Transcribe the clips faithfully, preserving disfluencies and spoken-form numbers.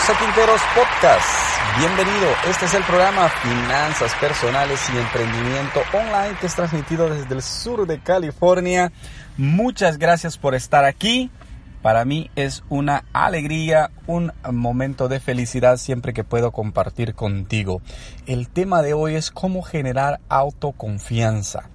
José Quinteros Podcast. Bienvenido, este es el programa Finanzas Personales y Emprendimiento Online que es transmitido desde el sur de California. Muchas gracias por estar aquí. Para mí es una alegría, un momento de felicidad siempre que puedo compartir contigo. El tema de hoy es cómo generar autoconfianza.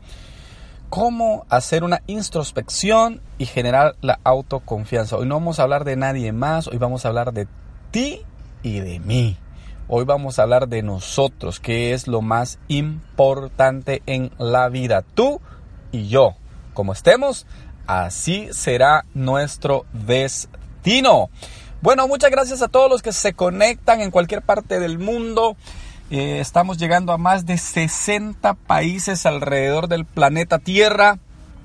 Cómo hacer una introspección y generar la autoconfianza. Hoy no vamos a hablar de nadie más, hoy vamos a hablar de ti y de mí. Hoy vamos a hablar de nosotros, que es lo más importante en la vida. Tú y yo, como estemos, así será nuestro destino. Bueno, muchas gracias a todos los que se conectan en cualquier parte del mundo. Eh, estamos llegando a más de sesenta países alrededor del planeta Tierra.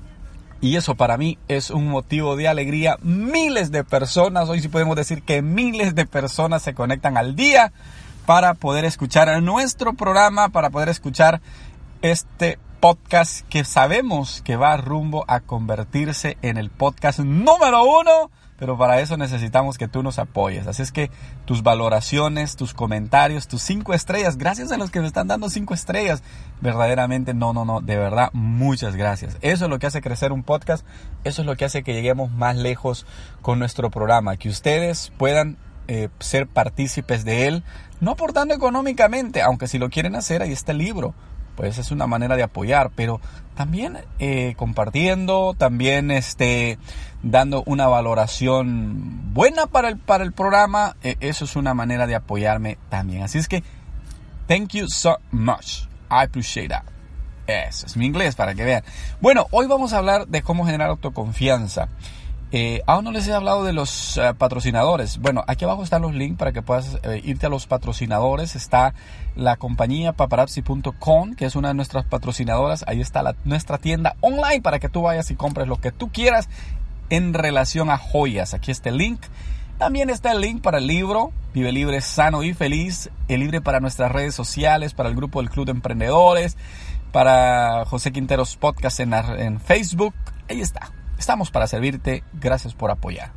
Y eso para mí es un motivo de alegría. Miles de personas, hoy sí podemos decir que miles de personas se conectan al día para poder escuchar nuestro programa, para poder escuchar este podcast que sabemos que va rumbo a convertirse en el podcast número uno. Pero para eso necesitamos que tú nos apoyes. Así es que tus valoraciones, tus comentarios, tus cinco estrellas. Gracias a los que me están dando cinco estrellas. Verdaderamente, no, no, no. De verdad, muchas gracias. Eso es lo que hace crecer un podcast. Eso es lo que hace que lleguemos más lejos con nuestro programa. Que ustedes puedan eh, ser partícipes de él. No aportando económicamente, aunque si lo quieren hacer, ahí está el libro. Pues es una manera de apoyar, pero también eh, compartiendo, también este, dando una valoración buena para el, para el programa, eh, eso es una manera de apoyarme también. Así es que, thank you so much, I appreciate that. Eso es mi inglés para que vean. Bueno, hoy vamos a hablar de cómo generar autoconfianza. Eh, aún no les he hablado de los uh, patrocinadores. Bueno, aquí abajo están los links para que puedas eh, irte a los patrocinadores. Está la compañía paparazzi punto com, que es una de nuestras patrocinadoras. Ahí está la, nuestra tienda online para que tú vayas y compres lo que tú quieras en relación a joyas. Aquí está el link. También está el link para el libro Vive Libre, Sano y Feliz. El libro para nuestras redes sociales, para el grupo del Club de Emprendedores, para José Quinteros Podcast en, en Facebook. Ahí está. Estamos para servirte. Gracias por apoyar.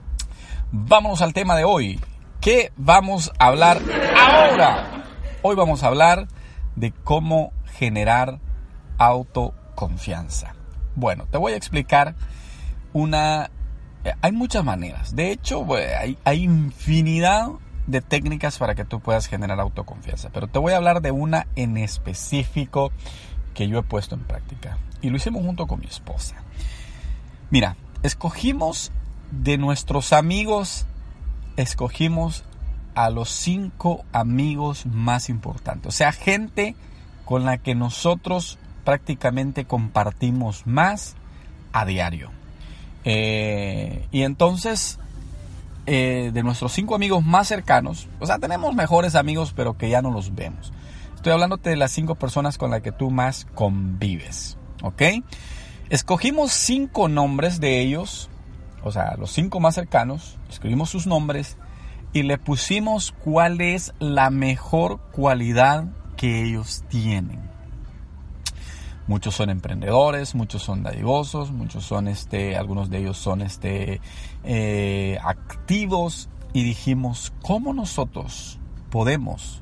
Vámonos al tema de hoy. ¿Qué vamos a hablar ahora? Hoy vamos a hablar de cómo generar autoconfianza. Bueno, te voy a explicar una... Hay muchas maneras. De hecho, hay, hay infinidad de técnicas para que tú puedas generar autoconfianza. Pero te voy a hablar de una en específico que yo he puesto en práctica. Y lo hicimos junto con mi esposa. Mira, escogimos de nuestros amigos, escogimos a los cinco amigos más importantes. O sea, gente con la que nosotros prácticamente compartimos más a diario. Eh, y entonces, eh, de nuestros cinco amigos más cercanos, o sea, tenemos mejores amigos, pero que ya no los vemos. Estoy hablándote de las cinco personas con las que tú más convives, ¿ok? Escogimos cinco nombres de ellos, o sea, los cinco más cercanos, escribimos sus nombres y le pusimos cuál es la mejor cualidad que ellos tienen. Muchos son emprendedores, muchos son dadivosos, muchos son, este, algunos de ellos son este, eh, activos y dijimos, ¿cómo nosotros podemos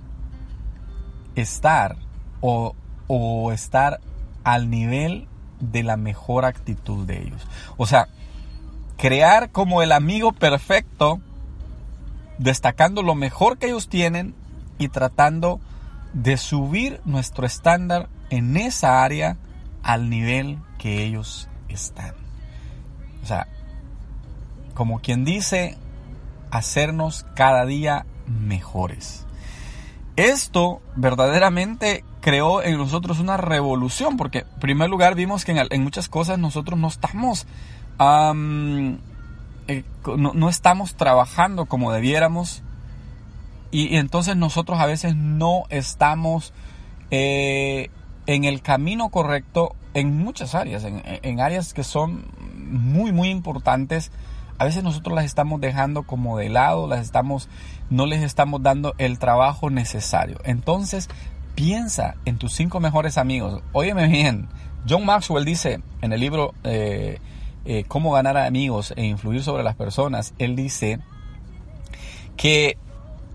estar o, o estar al nivel de la mejor actitud de ellos? O sea, crear como el amigo perfecto, destacando lo mejor que ellos tienen y tratando de subir nuestro estándar en esa área al nivel que ellos están. O sea, como quien dice, hacernos cada día mejores. Esto verdaderamente creó en nosotros una revolución, porque en primer lugar vimos que en, en muchas cosas nosotros no estamos, um, eh, no, no estamos trabajando como debiéramos, y, y entonces nosotros a veces no estamos eh, en el camino correcto en muchas áreas, en, en áreas que son muy muy importantes. A veces nosotros las estamos dejando como de lado, las estamos, no les estamos dando el trabajo necesario. Entonces, piensa en tus cinco mejores amigos. Óyeme bien, John Maxwell dice en el libro eh, eh, Cómo ganar amigos e influir sobre las personas, él dice que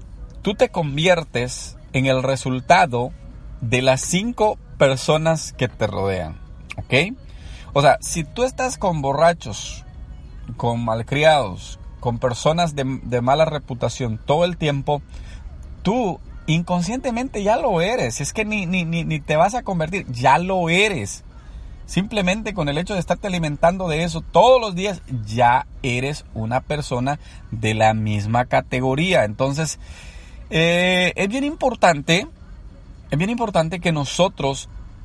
tú te conviertes en el resultado de las cinco personas que te rodean, ¿ok? O sea, si tú estás con borrachos, con malcriados, con personas de, de mala reputación todo el tiempo, tú inconscientemente ya lo eres. Es que ni, ni, ni, ni te vas a convertir, ya lo eres. Simplemente con el hecho de estarte alimentando de eso todos los días, ya eres una persona de la misma categoría. Entonces, eh, es bien importante, es bien importante que nosotros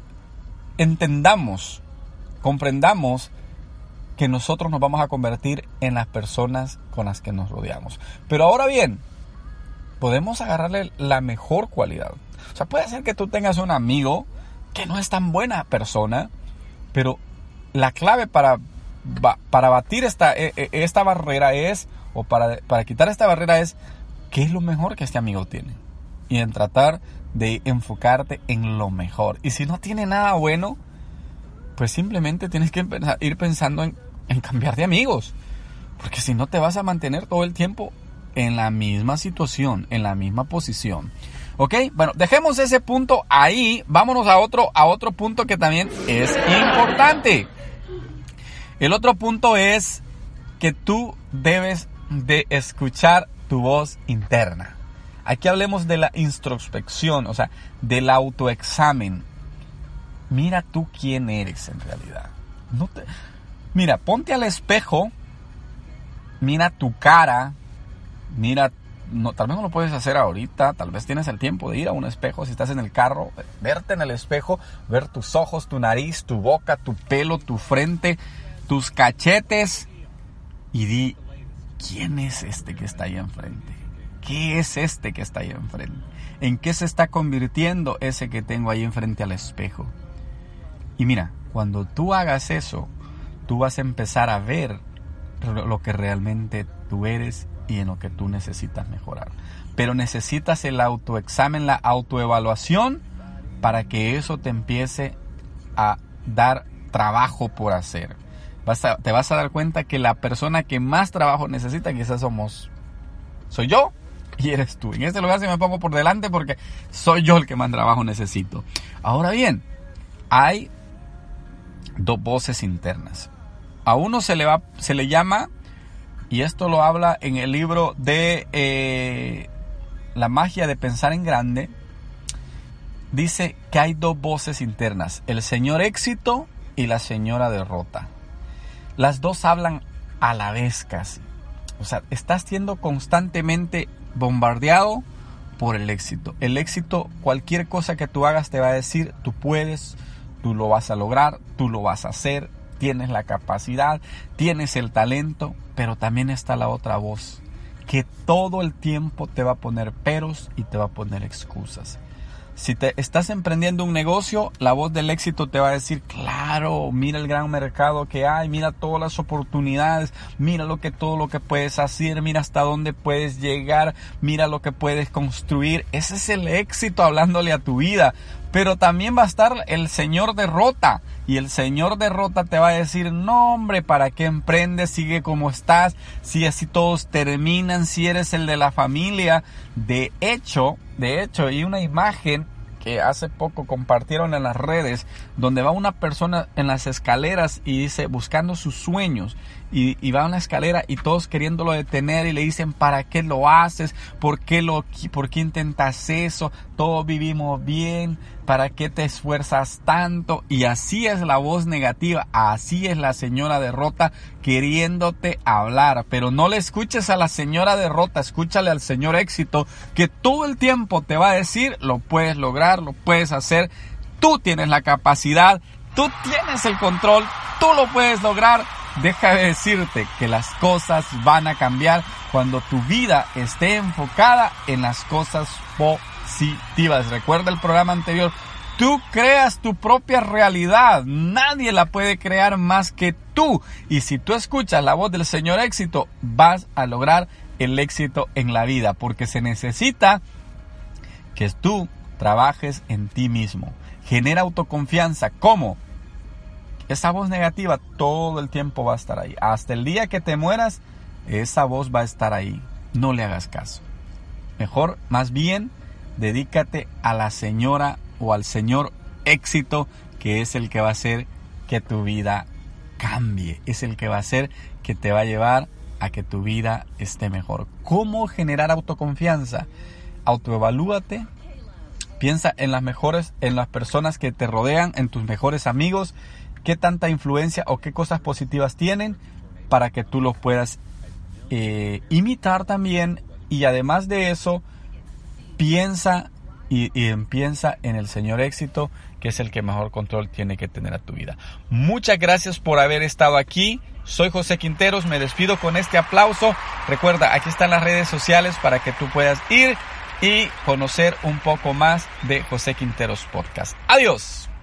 entendamos, comprendamos que nosotros nos vamos a convertir en las personas con las que nos rodeamos. Pero ahora bien, podemos agarrarle la mejor cualidad. O sea, puede ser que tú tengas un amigo que no es tan buena persona, pero la clave para, para batir esta, esta barrera es, o para, para quitar esta barrera es, ¿qué es lo mejor que este amigo tiene? Y en tratar de enfocarte en lo mejor. Y si no tiene nada bueno, pues simplemente tienes que ir pensando en, en cambiar de amigos. Porque si no te vas a mantener todo el tiempo en la misma situación, en la misma posición. ¿Ok? Bueno, dejemos ese punto ahí. Vámonos a otro, a otro punto que también es importante. El otro punto es que tú debes de escuchar tu voz interna. Aquí hablemos de la introspección, o sea, del autoexamen. Mira tú quién eres en realidad. No te... Mira, ponte al espejo, mira tu cara, mira, no, tal vez no lo puedes hacer ahorita, tal vez tienes el tiempo de ir a un espejo, si estás en el carro, verte en el espejo, ver tus ojos, tu nariz, tu boca, tu pelo, tu frente, tus cachetes y di, ¿quién es este que está ahí enfrente? ¿Qué es este que está ahí enfrente? ¿En qué se está convirtiendo ese que tengo ahí enfrente al espejo? Y mira, cuando tú hagas eso, tú vas a empezar a ver lo que realmente tú eres y en lo que tú necesitas mejorar. Pero necesitas el autoexamen, la autoevaluación, para que eso te empiece a dar trabajo por hacer. Vas a, te vas a dar cuenta que la persona que más trabajo necesita quizás somos, soy yo y eres tú. En este lugar sí me pongo por delante porque soy yo el que más trabajo necesito. Ahora bien, hay dos voces internas. A uno se le va, se le llama, y esto lo habla en el libro de eh, La magia de pensar en grande, dice que hay dos voces internas, el señor éxito y la señora derrota. Las dos hablan a la vez casi. O sea, estás siendo constantemente bombardeado por el éxito. El éxito, cualquier cosa que tú hagas te va a decir, tú puedes, tú lo vas a lograr, tú lo vas a hacer, tienes la capacidad, tienes el talento, pero también está la otra voz que todo el tiempo te va a poner peros y te va a poner excusas. Si te estás emprendiendo un negocio, la voz del éxito te va a decir, claro, mira el gran mercado que hay, mira todas las oportunidades, mira lo que todo lo que puedes hacer, mira hasta dónde puedes llegar, mira lo que puedes construir. Ese es el éxito hablándole a tu vida. Pero también va a estar el señor derrota. Y el señor derrota te va a decir, no hombre, ¿para qué emprendes? Sigue como estás. Si así todos terminan, si eres el de la familia. De hecho, de hecho, hay una imagen que hace poco compartieron en las redes, donde va una persona en las escaleras y dice, buscando sus sueños, y, y va a una escalera y todos queriéndolo detener y le dicen, ¿para qué lo haces? ¿Por qué, lo, por qué intentas eso? Todos vivimos bien, ¿para qué te esfuerzas tanto? Y así es la voz negativa, así es la señora derrota queriéndote hablar. Pero no le escuches a la señora derrota, escúchale al señor éxito, que todo el tiempo te va a decir, lo puedes lograr, lo puedes hacer, tú tienes la capacidad, tú tienes el control, tú lo puedes lograr. Deja de decirte que las cosas van a cambiar cuando tu vida esté enfocada en las cosas positivas. Recuerda el programa anterior, tú creas tu propia realidad, nadie la puede crear más que tú. Y si tú escuchas la voz del señor éxito, vas a lograr el éxito en la vida, porque se necesita que tú trabajes en ti mismo. Genera autoconfianza. ¿Cómo? Esa voz negativa todo el tiempo va a estar ahí. Hasta el día que te mueras, esa voz va a estar ahí. No le hagas caso. Mejor, más bien, dedícate a la señora o al señor éxito, que es el que va a hacer que tu vida cambie. Es el que va a hacer que te va a llevar a que tu vida esté mejor. ¿Cómo generar autoconfianza? Autoevalúate. Piensa en las mejores, en las personas que te rodean, en tus mejores amigos, qué tanta influencia o qué cosas positivas tienen para que tú los puedas eh, imitar también. Y además de eso, piensa y, y piensa en el señor éxito, que es el que mejor control tiene que tener a tu vida. Muchas gracias por haber estado aquí. Soy José Quinteros, me despido con este aplauso. Recuerda, aquí están las redes sociales para que tú puedas ir y conocer un poco más de José Quinteros Podcast. Adiós.